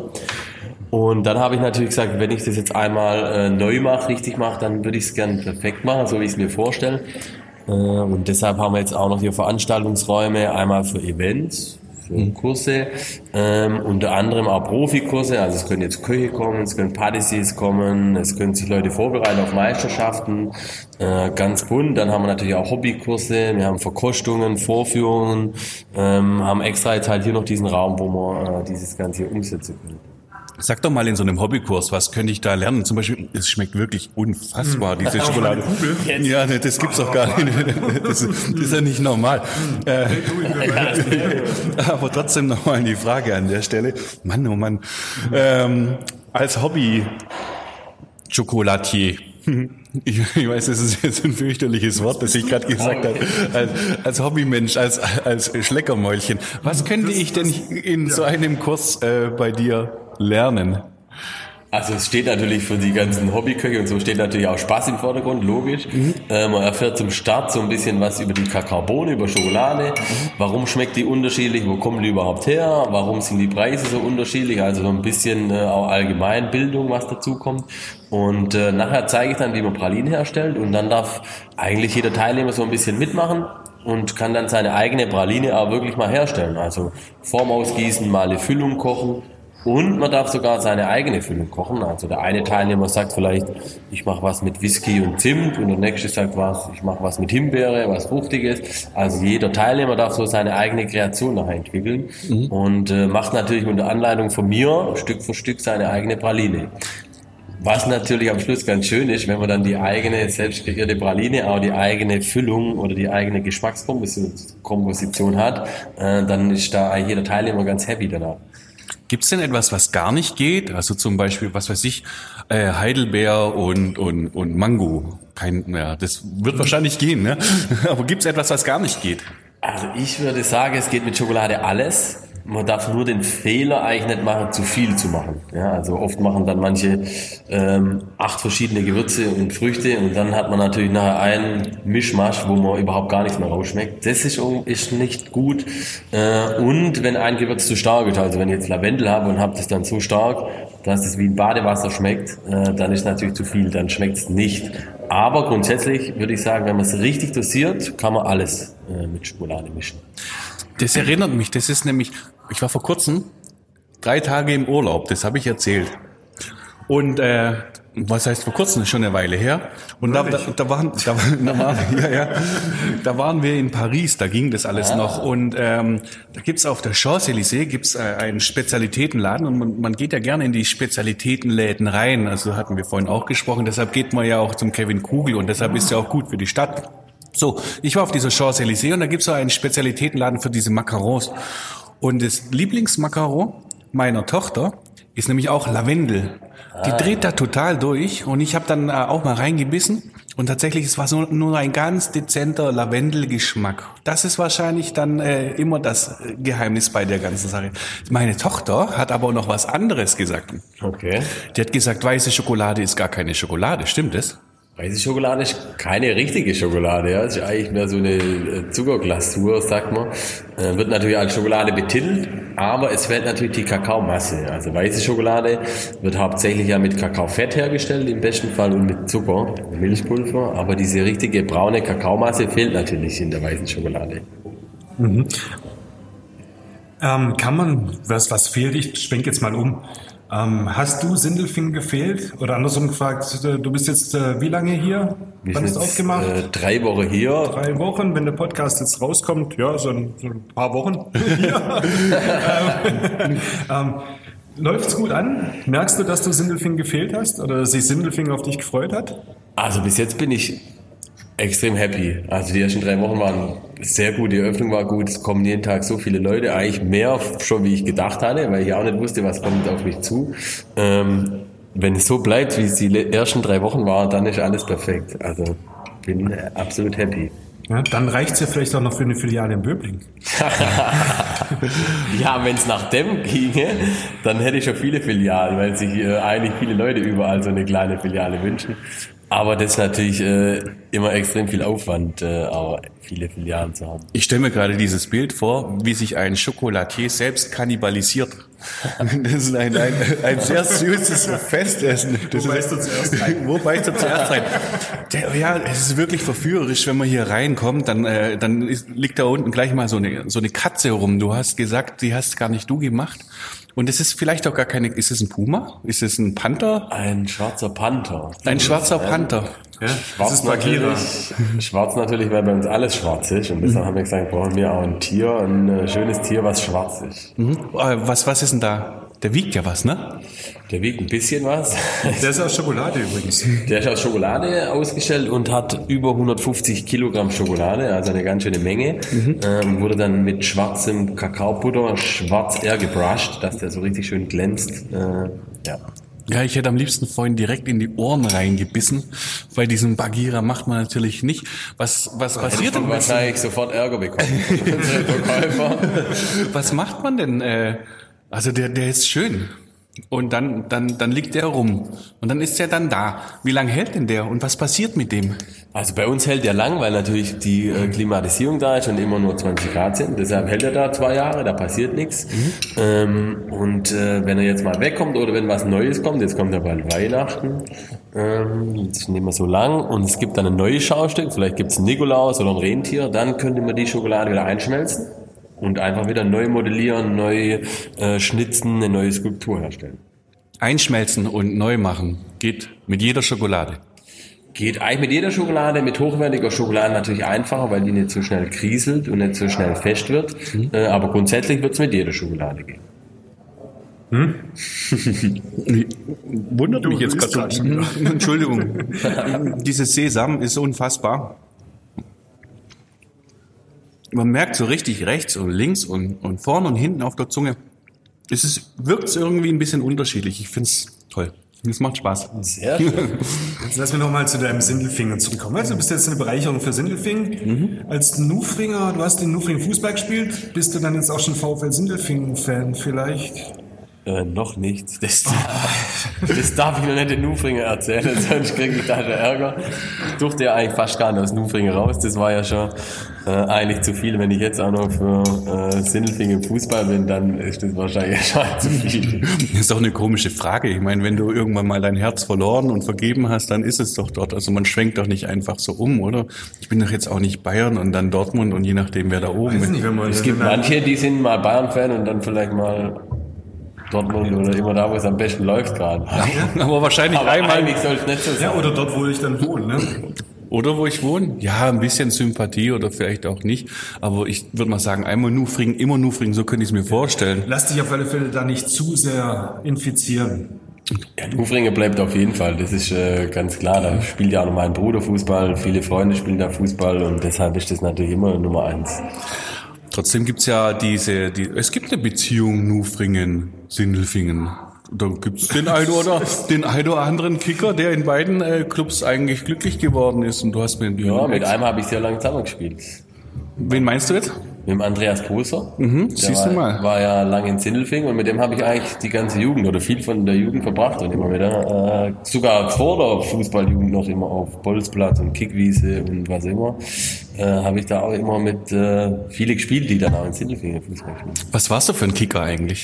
Und dann habe ich natürlich gesagt, wenn ich das jetzt einmal äh, neu mache, richtig mache, dann würde ich es gerne perfekt machen, so wie ich es mir vorstelle. Äh, und deshalb haben wir jetzt auch noch hier Veranstaltungsräume, einmal für Events, für Kurse, ähm, unter anderem auch Profikurse. Also es können jetzt Köche kommen, es können Patissiers kommen, es können sich Leute vorbereiten auf Meisterschaften, äh, ganz bunt. Dann haben wir natürlich auch Hobbykurse, wir haben Verkostungen, Vorführungen, ähm, haben extra jetzt halt hier noch diesen Raum, wo wir äh, dieses Ganze hier umsetzen können. Sag doch mal in so einem Hobbykurs, was könnte ich da lernen? Zum Beispiel, es schmeckt wirklich unfassbar, diese Schokolade. Ja, ne, das gibt's doch gar nicht. Das, das ist ja nicht normal. Äh, aber trotzdem nochmal die Frage an der Stelle. Mann, oh Mann. Ähm, als Hobby-Chocolatier, ich, ich weiß, das ist jetzt ein fürchterliches Wort, das ich gerade gesagt habe, als, als Hobbymensch, als, als Schleckermäulchen. Was könnte ich denn in so einem Kurs äh, bei dir lernen? Also es steht natürlich für die ganzen Hobbyköche und so steht natürlich auch Spaß im Vordergrund, logisch. Mhm. Äh, man erfährt zum Start so ein bisschen was über die Kakaobohne, über Schokolade. Mhm. Warum schmeckt die unterschiedlich? Wo kommen die überhaupt her? Warum sind die Preise so unterschiedlich? Also so ein bisschen äh, auch Allgemeinbildung, was dazu kommt. Und äh, nachher zeige ich dann, wie man Pralinen herstellt und dann darf eigentlich jeder Teilnehmer so ein bisschen mitmachen. und kann dann seine eigene Praline auch wirklich mal herstellen. Also Form ausgießen, mal eine Füllung kochen. Und man darf sogar seine eigene Füllung kochen. Also der eine Teilnehmer sagt vielleicht, ich mache was mit Whisky und Zimt, und der nächste sagt was, ich mache was mit Himbeere, was Fruchtiges. Also jeder Teilnehmer darf so seine eigene Kreation nachher entwickeln mhm. und äh, macht natürlich unter Anleitung von mir Stück für Stück seine eigene Praline. Was natürlich am Schluss ganz schön ist, wenn man dann die eigene selbst kreierte Praline, auch die eigene Füllung oder die eigene Geschmackskomposition hat, äh, dann ist da eigentlich jeder Teilnehmer ganz happy danach. Gibt es denn etwas, was gar nicht geht? Also zum Beispiel, was weiß ich, äh, Heidelbeer und, und, und Mango. Kein, ja, das wird wahrscheinlich gehen, ne? Aber gibt es etwas, was gar nicht geht? Also ich würde sagen, es geht mit Schokolade alles. Man darf nur den Fehler eigentlich nicht machen, zu viel zu machen. Ja, also oft machen dann manche ähm, acht verschiedene Gewürze und Früchte, und dann hat man natürlich nachher einen Mischmasch, wo man überhaupt gar nichts mehr rausschmeckt. Das ist, ist nicht gut. Äh, und wenn ein Gewürz zu stark ist, also wenn ich jetzt Lavendel habe und habe das dann so stark, dass es wie ein Badewasser schmeckt, äh, dann ist natürlich zu viel, dann schmeckt es nicht. Aber grundsätzlich würde ich sagen, wenn man es richtig dosiert, kann man alles äh, mit Schokolade mischen. Das erinnert mich, das ist nämlich, ich war vor kurzem drei Tage im Urlaub, das habe ich erzählt. Und äh, was heißt vor kurzem, schon eine Weile her. Und da, da, da, waren, da, da, waren, ja, ja, da waren wir in Paris, da ging das alles noch. Und ähm, da gibt's auf der Champs-Élysées gibt's äh, einen Spezialitätenladen, und man, man geht ja gerne in die Spezialitätenläden rein. Also hatten wir vorhin auch gesprochen, deshalb geht man ja auch zum Kevin Kugel, und deshalb ist ja auch gut für die Stadt. So, ich war auf dieser Champs-Élysées, und da gibt's so einen Spezialitätenladen für diese Macarons. Und das Lieblingsmacaron meiner Tochter ist nämlich auch Lavendel. Die dreht da total durch, und ich habe dann äh, auch mal reingebissen, und tatsächlich, es war so nur ein ganz dezenter Lavendelgeschmack. Das ist wahrscheinlich dann äh, immer das Geheimnis bei der ganzen Sache. Meine Tochter hat aber noch was anderes gesagt. Okay. Die hat gesagt, weiße Schokolade ist gar keine Schokolade, stimmt das? Weiße Schokolade ist keine richtige Schokolade, ja. Das ist eigentlich mehr so eine Zuckerglasur, sagt man. Äh, wird natürlich als Schokolade betitelt, aber es fehlt natürlich die Kakaomasse. Also weiße Schokolade wird hauptsächlich ja mit Kakaofett hergestellt, im besten Fall, und mit Zucker, Milchpulver. Aber diese richtige braune Kakaomasse fehlt natürlich in der weißen Schokolade. Mhm. Ähm, kann man, was, was fehlt? Ich schwenke jetzt mal um. Ähm, hast du Sindelfingen gefehlt? Oder andersrum gefragt, du bist jetzt äh, wie lange hier? Wir Wann sind ist aufgemacht? Äh, drei Wochen hier. Drei Wochen, wenn der Podcast jetzt rauskommt, ja, so ein, so ein paar Wochen hier. ähm, ähm, läuft's gut an? Merkst du, dass du Sindelfingen gefehlt hast? Oder dass sich Sindelfingen auf dich gefreut hat? Also bis jetzt bin ich extrem happy. Also die ersten drei Wochen waren sehr gut, die Eröffnung war gut, es kommen jeden Tag so viele Leute, eigentlich mehr schon, wie ich gedacht hatte, weil ich auch nicht wusste, was kommt auf mich zu. Ähm, wenn es so bleibt, wie es die ersten drei Wochen war, dann ist alles perfekt. Also bin absolut happy. Ja, dann reicht's ja vielleicht auch noch für eine Filiale in Böblingen. Ja, wenn es nach dem ginge, dann hätte ich schon viele Filialen, weil sich äh, eigentlich viele Leute überall so eine kleine Filiale wünschen. Aber das ist natürlich äh, immer extrem viel Aufwand, äh, auch viele Filialen zu haben. Ich stelle mir gerade dieses Bild vor, wie sich ein Chocolatier selbst kannibalisiert. Das ist ein, ein, ein sehr süßes Festessen. Das Wo ist, beißt du zuerst rein? Wo beißt du zuerst rein? Der, ja, es ist wirklich verführerisch, wenn man hier reinkommt, dann, äh, dann ist, liegt da unten gleich mal so eine, so eine Katze rum. Du hast gesagt, die hast gar nicht du gemacht. Und es ist vielleicht auch gar keine, ist es ein Puma? Ist es ein Panther? Ein schwarzer Panther. Ein schwarzer Panther. Ja, Schwarz ist natürlich, schwarz natürlich, weil bei uns alles schwarz ist. Und deshalb haben wir gesagt, brauchen wir auch ein Tier, ein äh, schönes Tier, was schwarz ist. Mhm. Was, was ist denn da? Der wiegt ja was, ne? Der wiegt ein bisschen was. Der ist aus Schokolade übrigens. Der ist aus Schokolade ausgestellt und hat über hundertfünfzig Kilogramm Schokolade, also eine ganz schöne Menge. Mhm. Ähm, wurde dann mit schwarzem Kakaobutter schwarz airgebrushed, dass der so richtig schön glänzt. Äh, ja. Ja, ich hätte am liebsten vorhin direkt in die Ohren reingebissen, weil diesen Bagheera macht man natürlich nicht. Was, was passiert denn? Wahrscheinlich sofort Ärger bekommen. Unsere Verkäufer. Was macht man denn? Äh, also der, der ist schön. Und dann, dann, dann liegt der rum. Und dann ist der dann da. Wie lange hält denn der? Und was passiert mit dem? Also bei uns hält der lang, weil natürlich die äh, Klimatisierung da ist und immer nur zwanzig Grad sind. Deshalb hält er da zwei Jahre, da passiert nichts. Mhm. Ähm, und äh, wenn er jetzt mal wegkommt oder wenn was Neues kommt, jetzt kommt ja bald Weihnachten, ähm, jetzt ist nicht mehr so lang und es gibt dann ein neues Schaustück, vielleicht gibt es einen Nikolaus oder ein Rentier, dann könnte man die Schokolade wieder einschmelzen und einfach wieder neu modellieren, neu äh, schnitzen, eine neue Skulptur herstellen. Einschmelzen und neu machen geht mit jeder Schokolade. Geht eigentlich mit jeder Schokolade, mit hochwertiger Schokolade natürlich einfacher, weil die nicht so schnell krieselt und nicht so schnell fest wird. Mhm. Äh, aber grundsätzlich wird es mit jeder Schokolade gehen. Hm? Wundert mich jetzt gerade so. Entschuldigung. Dieses Sesam ist unfassbar. Man merkt so richtig rechts und links und, und vorne und hinten auf der Zunge. Es ist, wirkt irgendwie ein bisschen unterschiedlich. Ich finde es toll. Es macht Spaß. Sehr schön. Jetzt lass mich nochmal zu deinem Sindelfingen zurückkommen. Also du bist jetzt eine Bereicherung für Sindelfingen. Mhm. Als Nufringer, du hast in Nufringen Fußball gespielt, bist du dann jetzt auch schon VfL Sindelfingen-Fan vielleicht? Äh, noch nicht. Das, das darf ich noch nicht den Nufringer erzählen, sonst kriege ich da schon Ärger. Ich durfte ja eigentlich fast gar nicht aus Nufringen raus. Das war ja schon äh, eigentlich zu viel. Wenn ich jetzt auch noch für äh, Sindelfingen Fußball bin, dann ist das wahrscheinlich schon zu viel. Das ist doch eine komische Frage. Ich meine, wenn du irgendwann mal dein Herz verloren und vergeben hast, dann ist es doch dort. Also man schwenkt doch nicht einfach so um, oder? Ich bin doch jetzt auch nicht Bayern und dann Dortmund und je nachdem, wer da oben ist. Es gibt manche, die sind mal Bayern-Fan und dann vielleicht mal Dortmund oder immer da, wo es am besten läuft gerade. Ja, aber wahrscheinlich aber einmal. Eigentlich soll es nicht so sein. Ja, oder dort, wo ich dann wohne, ne? Oder wo ich wohne? Ja, ein bisschen Sympathie oder vielleicht auch nicht. Aber ich würde mal sagen, einmal Nufringen, immer Nufringen, so könnte ich es mir vorstellen. Lass dich auf alle Fälle da nicht zu sehr infizieren. Ja, Nufringen bleibt auf jeden Fall, das ist äh, ganz klar. Da spielt ja auch noch mein Bruder Fußball, viele Freunde spielen da Fußball und deshalb ist das natürlich immer Nummer eins. Trotzdem gibt's ja diese, die, es gibt eine Beziehung Nufringen, Sindelfingen. Da gibt's den einen oder den einen oder anderen Kicker, der in beiden äh, Clubs eigentlich glücklich geworden ist. Und du hast mit ja, mit einem habe ich sehr lange zusammen gespielt. Wen meinst du jetzt? Mit dem Andreas Poser. Mhm, siehst war, du mal. War ja lange in Sindelfingen und mit dem habe ich eigentlich die ganze Jugend oder viel von der Jugend verbracht und immer wieder, äh, sogar vor der Fußballjugend noch immer auf Bolzplatz und Kickwiese und was immer, äh, habe ich da auch immer mit äh, viele gespielt, die dann auch in Sindelfingen Fußball spielen. Was warst du für ein Kicker eigentlich?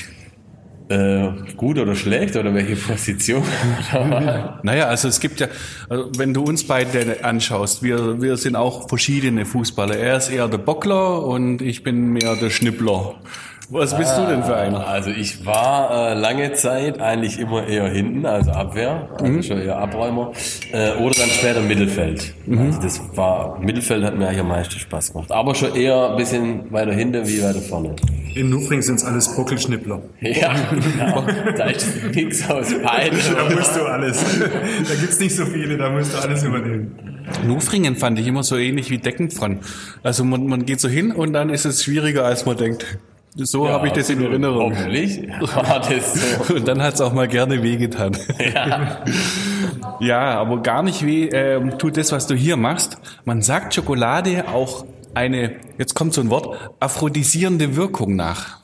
Äh, gut oder schlecht oder welche Position? Naja, also es gibt ja, also wenn du uns beide anschaust, wir, wir sind auch verschiedene Fußballer. Er ist eher der Bockler und ich bin mehr der Schnippler. Was bist ah, du denn für einer? Also ich war äh, lange Zeit eigentlich immer eher hinten, also Abwehr, also mhm. schon eher Abräumer, äh, oder dann später Mittelfeld. Mhm. Also das war, Mittelfeld hat mir eigentlich am meisten Spaß gemacht, aber schon eher ein bisschen weiter hinten wie weiter vorne. In Nufringen sind es alles Bockelschnippler. Ja, genau. Da ist nichts aus beiden. Da musst du alles. Da gibt's nicht so viele, da musst du alles übernehmen. Nufringen fand ich immer so ähnlich wie Deckenpfronn. Also man, man geht so hin und dann ist es schwieriger, als man denkt. So ja, habe ich das in Erinnerung. Hoffentlich. War das so. Und dann hat's auch mal gerne wehgetan. Ja. Ja, aber gar nicht weh äh, tut das, was du hier machst. Man sagt Schokolade auch eine, jetzt kommt so ein Wort, aphrodisierende Wirkung nach.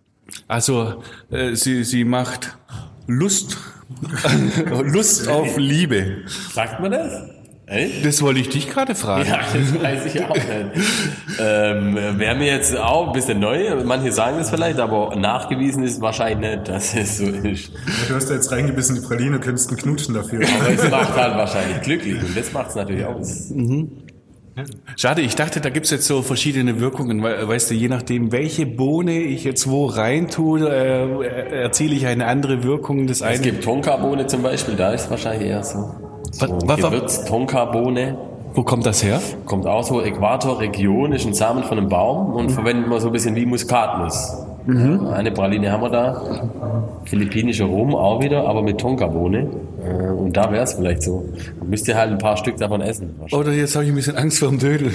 Also äh, sie, sie macht Lust, Lust auf Liebe. Sagt man das? Ey? Das wollte ich dich gerade fragen. Ja, das weiß ich auch nicht. ähm, Wäre mir jetzt auch ein bisschen neu. Manche sagen das vielleicht, aber nachgewiesen ist wahrscheinlich nicht, dass es so ist. Ja, du hast da jetzt reingebissen, die Praline, könntest einen knutschen dafür. Aber es macht halt wahrscheinlich glücklich und das macht es natürlich aus. Mhm. Schade, ich dachte, da gibt's jetzt so verschiedene Wirkungen, weil, weißt du, je nachdem, welche Bohne ich jetzt wo rein tue, äh, erziele ich eine andere Wirkung des einen. Es gibt Tonkabohne zum Beispiel, da ist es wahrscheinlich eher so. So was, Gewürz-Tonkabohne. Wo kommt das her? Kommt auch so Äquatorregion, ist ein Samen von einem Baum und mhm. verwendet man so ein bisschen wie Muskatnuss. Mhm. Eine Praline haben wir da. Philippinischer Rum auch wieder, aber mit Tonkabohne. Und da wäre es vielleicht so. Man müsste halt ein paar Stück davon essen. Oder jetzt habe ich ein bisschen Angst vor dem Dödel.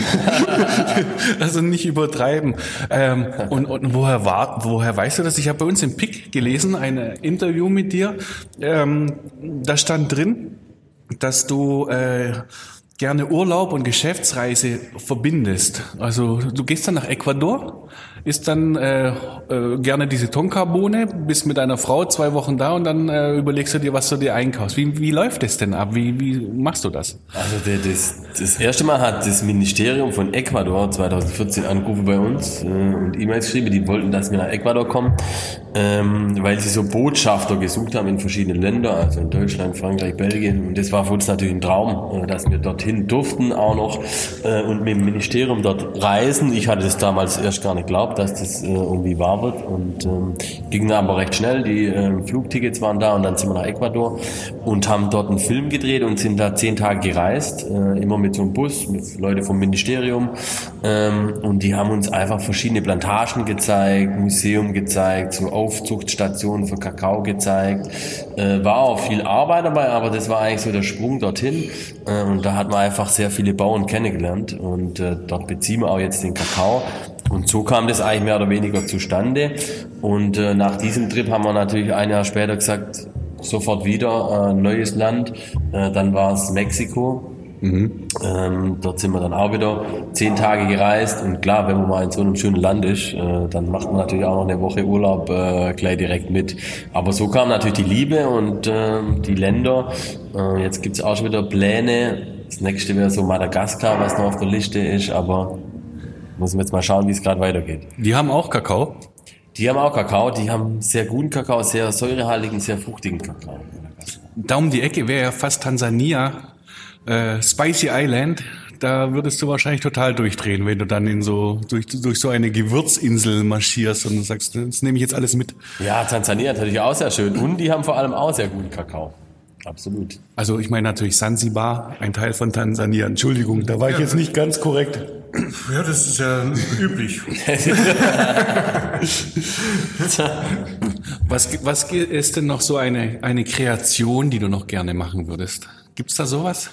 Also nicht übertreiben. Ähm, und, und woher war, woher weißt du das? Ich habe bei uns im Pick gelesen, ein Interview mit dir. Ähm, da stand drin, dass du äh, gerne Urlaub und Geschäftsreise verbindest. Also du gehst dann nach Ecuador, isst dann äh, äh, gerne diese Tonkabohne, bist mit deiner Frau zwei Wochen da und dann äh, überlegst du dir, was du dir einkaufst. Wie, wie läuft das denn ab? Wie, wie machst du das? Also das, das erste Mal hat das Ministerium von Ecuador zwanzig vierzehn angerufen bei uns äh, und E-Mails geschrieben, die wollten, dass wir nach Ecuador kommen, ähm, weil sie so Botschafter gesucht haben in verschiedenen Ländern, also in Deutschland, Frankreich, Belgien, und das war für uns natürlich ein Traum, äh, dass wir dorthin durften auch noch äh, und mit dem Ministerium dort reisen. Ich hatte das damals erst gar nicht geglaubt, dass das äh, irgendwie wahr wird, und ähm, ging aber recht schnell. Die äh, Flugtickets waren da und dann sind wir nach Ecuador und haben dort einen Film gedreht und sind da zehn Tage gereist, äh, immer mit so einem Bus, mit Leuten vom Ministerium, ähm, und die haben uns einfach verschiedene Plantagen gezeigt, Museum gezeigt, so Aufzuchtstationen für Kakao gezeigt. Äh, war auch viel Arbeit dabei, aber das war eigentlich so der Sprung dorthin, äh, und da hat man einfach sehr viele Bauern kennengelernt, und äh, dort beziehen wir auch jetzt den Kakao. Und so kam das eigentlich mehr oder weniger zustande. Und äh, nach diesem Trip haben wir natürlich ein Jahr später gesagt, sofort wieder, äh, neues Land. Äh, dann war es Mexiko. Mhm. Ähm, dort sind wir dann auch wieder zehn Tage gereist. Und klar, wenn man mal in so einem schönen Land ist, äh, dann macht man natürlich auch noch eine Woche Urlaub äh, gleich direkt mit. Aber so kam natürlich die Liebe und äh, die Länder. Äh, jetzt gibt's auch schon wieder Pläne. Das nächste wäre so Madagaskar, was noch auf der Liste ist, aber müssen wir jetzt mal schauen, wie es gerade weitergeht. Die haben auch Kakao? Die haben auch Kakao, die haben sehr guten Kakao, sehr säurehaltigen, sehr fruchtigen Kakao. Da um die Ecke wäre ja fast Tansania, äh, Spicy Island. Da würdest du wahrscheinlich total durchdrehen, wenn du dann in so durch, durch so eine Gewürzinsel marschierst und sagst, das nehme ich jetzt alles mit. Ja, Tansania natürlich auch sehr schön. Und die haben vor allem auch sehr guten Kakao. Absolut. Also ich meine natürlich Sansibar, ein Teil von Tansania. Entschuldigung, da war ich jetzt nicht ganz korrekt. Ja, das ist ja üblich. was, was ist denn noch so eine, eine Kreation, die du noch gerne machen würdest? Gibt's da sowas?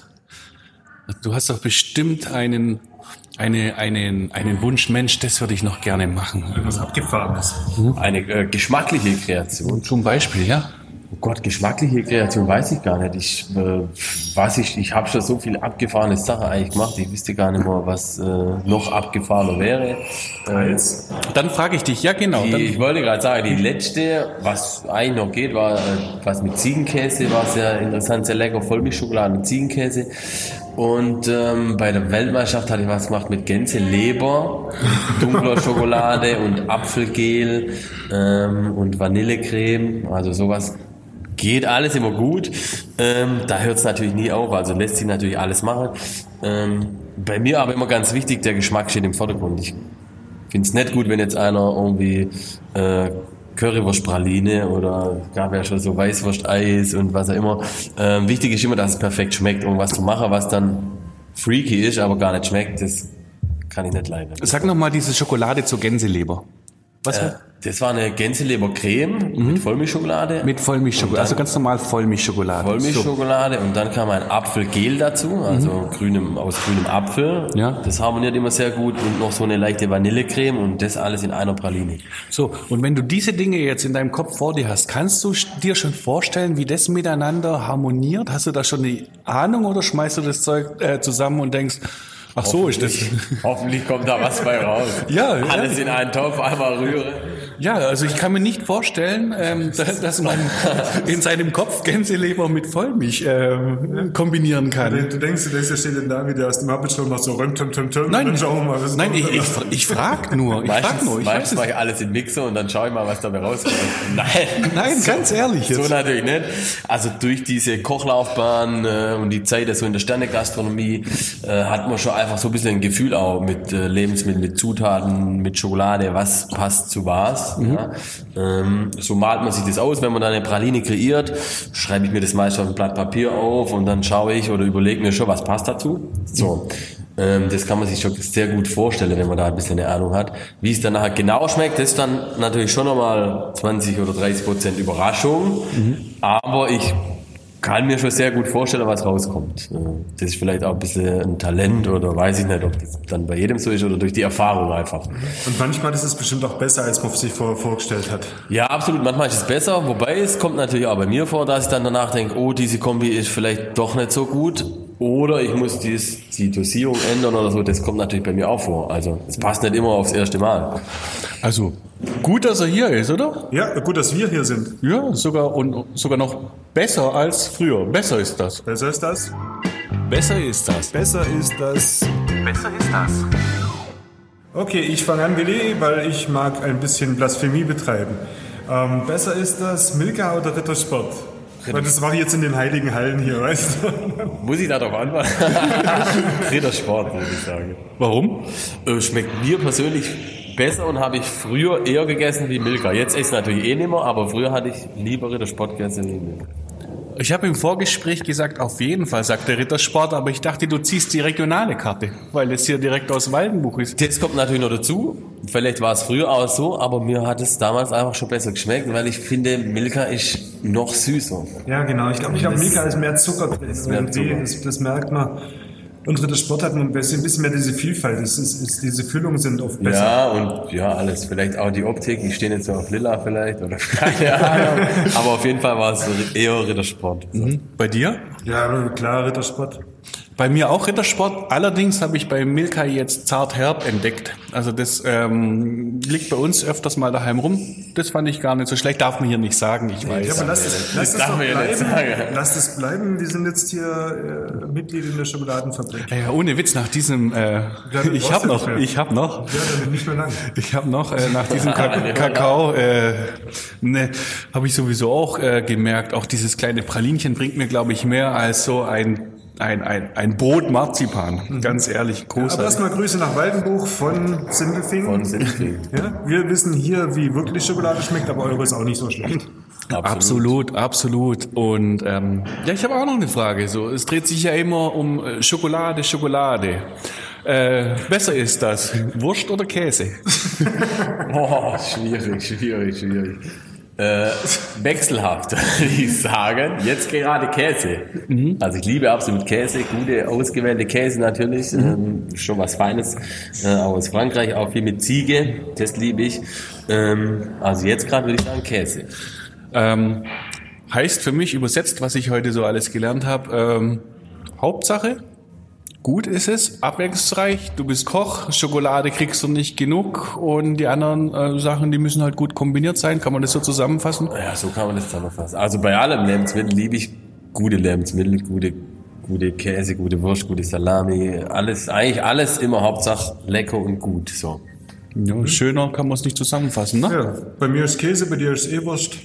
Du hast doch bestimmt einen, eine, einen, einen Wunsch, Mensch, das würde ich noch gerne machen. Was Abgefahrenes. Eine äh, geschmackliche Kreation. Zum Beispiel, ja. Oh Gott, geschmackliche Kreation weiß ich gar nicht. Ich äh, weiß ich, ich habe schon so viele abgefahrene Sachen eigentlich gemacht. Ich wüsste gar nicht mehr, was äh, noch abgefahrener wäre. Äh, dann frage ich dich, ja genau. Die, dann ich wollte gerade sagen, die letzte, was eigentlich noch geht, war äh, was mit Ziegenkäse, war sehr interessant, sehr lecker, Vollmilchschokolade mit Ziegenkäse. Und ähm, bei der Weltmeisterschaft hatte ich was gemacht mit Gänseleber, dunkler Schokolade und Apfelgel ähm, und Vanillecreme, also sowas. Geht alles immer gut. Ähm, da hört es natürlich nie auf, also lässt sich natürlich alles machen. Ähm, bei mir aber immer ganz wichtig, der Geschmack steht im Vordergrund. Ich finde es nicht gut, wenn jetzt einer irgendwie äh, Currywurstpraline oder gab ja schon so Weißwurst-Eis und was auch immer. Ähm, wichtig ist immer, dass es perfekt schmeckt. Irgendwas zu machen, was dann freaky ist, aber gar nicht schmeckt, das kann ich nicht leiden. Sag nochmal diese Schokolade zur Gänseleber. Was äh, das war eine Gänselebercreme mhm. mit Vollmilchschokolade. Mit Vollmilchschokolade, also ganz normal Vollmilchschokolade. Vollmilchschokolade so. Und dann kam ein Apfelgel dazu, also mhm. grünem, aus grünem Apfel. Ja. Das harmoniert immer sehr gut und noch so eine leichte Vanillecreme und das alles in einer Praline. So, und wenn du diese Dinge jetzt in deinem Kopf vor dir hast, kannst du dir schon vorstellen, wie das miteinander harmoniert? Hast du da schon eine Ahnung oder schmeißt du das Zeug äh, zusammen und denkst, ach so ist das. Hoffentlich kommt da was bei raus. Ja, alles ja. in einen Topf, einmal rühren. Ja, also ich kann mir nicht vorstellen, ähm, dass man in seinem Kopf Gänseleber mit Vollmilch äh, kombinieren kann. Du denkst, du denkst, der steht dann da wieder aus dem Muppet Show noch so rum, tum, tum, tum. Nein, dann schauen wir mal, was nein, ich, ich, ich frag nur. Ich meistens, frag nur. Ich meistens mache ich alles in Mixer und dann schaue ich mal, was dabei rauskommt. Nein, nein, so, ganz ehrlich jetzt. So natürlich nicht. Also durch diese Kochlaufbahn äh, und die Zeit so in der Sternegastronomie äh, hat man schon einfach so ein bisschen ein Gefühl auch mit äh, Lebensmitteln, mit Zutaten, mit Schokolade, was passt zu was. Mhm. Ja. Ähm, so malt man sich das aus, wenn man dann eine Praline kreiert, schreibe ich mir das meist auf ein Blatt Papier auf und dann schaue ich oder überlege mir schon, was passt dazu. So, ähm, das kann man sich schon sehr gut vorstellen, wenn man da ein bisschen eine Ahnung hat. Wie es dann nachher genau schmeckt, das ist dann natürlich schon nochmal zwanzig oder dreißig Prozent Überraschung, mhm. aber ich kann mir schon sehr gut vorstellen, was rauskommt. Das ist vielleicht auch ein bisschen ein Talent oder weiß ich nicht, ob das dann bei jedem so ist oder durch die Erfahrung einfach. Und manchmal ist es bestimmt auch besser, als man sich vor, vorgestellt hat. Ja, absolut. Manchmal ist es besser, wobei es kommt natürlich auch bei mir vor, dass ich dann danach denke, oh, diese Kombi ist vielleicht doch nicht so gut. Oder ich muss dies, die Dosierung ändern oder so, das kommt natürlich bei mir auch vor. Also es passt nicht immer aufs erste Mal. Also gut, dass er hier ist, oder? Ja, gut, dass wir hier sind. Ja, sogar und sogar noch besser als früher. Besser ist das. Besser ist das. Besser ist das. Besser ist das. Besser ist das. Okay, ich fange an, Willi, weil ich mag ein bisschen Blasphemie betreiben. Ähm, besser ist das Milka oder Rittersport? Weil das mache ich jetzt in den heiligen Hallen hier, weißt du? Muss ich da drauf antworten? Rittersport, würde ich sagen. Warum? Äh, schmeckt mir persönlich besser und habe ich früher eher gegessen wie Milka. Jetzt esse ich natürlich eh nicht mehr, aber früher hatte ich lieber Rittersport gegessen wie Milka. Ich habe im Vorgespräch gesagt, auf jeden Fall, sagt der Rittersport, aber ich dachte, du ziehst die regionale Karte, weil es hier direkt aus Waldenbuch ist. Das kommt natürlich noch dazu. Vielleicht war es früher auch so, aber mir hat es damals einfach schon besser geschmeckt, weil ich finde, Milka ist noch süßer. Ja, genau. Ich glaube, ich glaub, Milka ist mehr Zucker drin. Mehr Zucker. Das, das merkt man. Und Rittersport hat ein bisschen, ein bisschen mehr diese Vielfalt. Das ist, ist, diese Füllungen sind oft besser. Ja, und ja, alles. Vielleicht auch die Optik. Ich stehe jetzt so auf Lila vielleicht oder keine Ahnung. Aber auf jeden Fall war es eher Rittersport. So. Mhm. Bei dir? Ja, klar, Rittersport. Bei mir auch Rittersport. Allerdings habe ich bei Milka jetzt Zart-Herb entdeckt. Also das ähm, liegt bei uns öfters mal daheim rum. Das fand ich gar nicht so schlecht. Darf man hier nicht sagen, ich weiß. Ja, aber lass es, lass es darf doch man ja nicht bleiben. sagen. Lass es bleiben. Wir sind jetzt hier äh, Mitglied in der Schokoladenfabrik. Ja, ohne Witz, nach diesem, äh, ich brauchst habe du noch, nicht mehr. ich habe noch, Ja, dann nicht mehr lang. ich habe noch, äh, nach diesem Ka- Kakao, äh, ne, habe ich sowieso auch äh, gemerkt, auch dieses kleine Pralinchen bringt mir, glaube ich, mehr als so ein Ein, ein, ein Brot Marzipan, mhm. Ganz ehrlich, großartig. Aber erstmal Grüße nach Waldenbuch von Sindelfingen. Von Sindelfingen. Ja, wir wissen hier, wie wirklich Schokolade schmeckt, aber eure ist auch nicht so schlecht. Absolut, absolut. absolut. Und ähm, ja, ich habe auch noch eine Frage. So, es dreht sich ja immer um äh, Schokolade, Schokolade. Äh, besser ist das Wurst oder Käse? Oh, schwierig, schwierig, schwierig. Äh, wechselhaft, würde ich sagen. Jetzt gerade Käse. Mhm. Also ich liebe absolut Käse, gute, ausgewählte Käse natürlich, mhm. ähm, schon was Feines. Äh, aus Frankreich, auch viel mit Ziege, das liebe ich. Ähm, also jetzt gerade würde ich sagen Käse. Ähm, heißt für mich übersetzt, was ich heute so alles gelernt habe, ähm, Hauptsache, gut ist es, abwechslungsreich, du bist Koch, Schokolade kriegst du nicht genug und die anderen äh, Sachen, die müssen halt gut kombiniert sein. Kann man das so zusammenfassen? Ja, so kann man das zusammenfassen. Also bei allem Lebensmittel liebe ich gute Lebensmittel, gute, gute Käse, gute Wurst, gute Salami, alles, eigentlich alles immer Hauptsache lecker und gut, so. Ja, mhm. Schöner kann man es nicht zusammenfassen, ne? Ja, bei mir ist Käse, bei dir ist eh Wurst.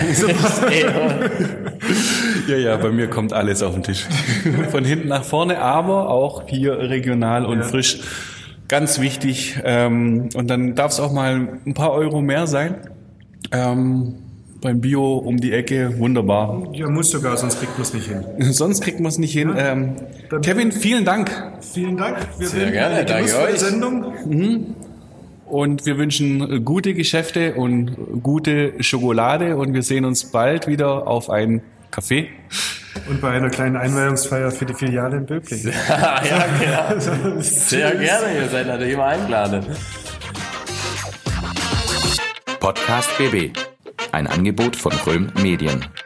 Ja, ja, bei mir kommt alles auf den Tisch. Von hinten nach vorne, aber auch hier regional und ja. frisch. Ganz wichtig. Ähm, und dann darf es auch mal ein paar Euro mehr sein. Ähm, beim Bio um die Ecke, wunderbar. Ja, muss sogar, sonst kriegt man es nicht hin. Sonst kriegt man es nicht hin. Ja. Ähm, Kevin, vielen Dank. Vielen Dank. Wir Sehr gerne, eine danke euch. Sendung. Mhm. Und wir wünschen gute Geschäfte und gute Schokolade und wir sehen uns bald wieder auf ein Café. Und bei einer kleinen Einweihungsfeier für die Filiale in Böblingen. Ja, genau. Sehr gerne, ihr seid natürlich immer eingeladen. Podcast B B. Ein Angebot von Röhm Medien.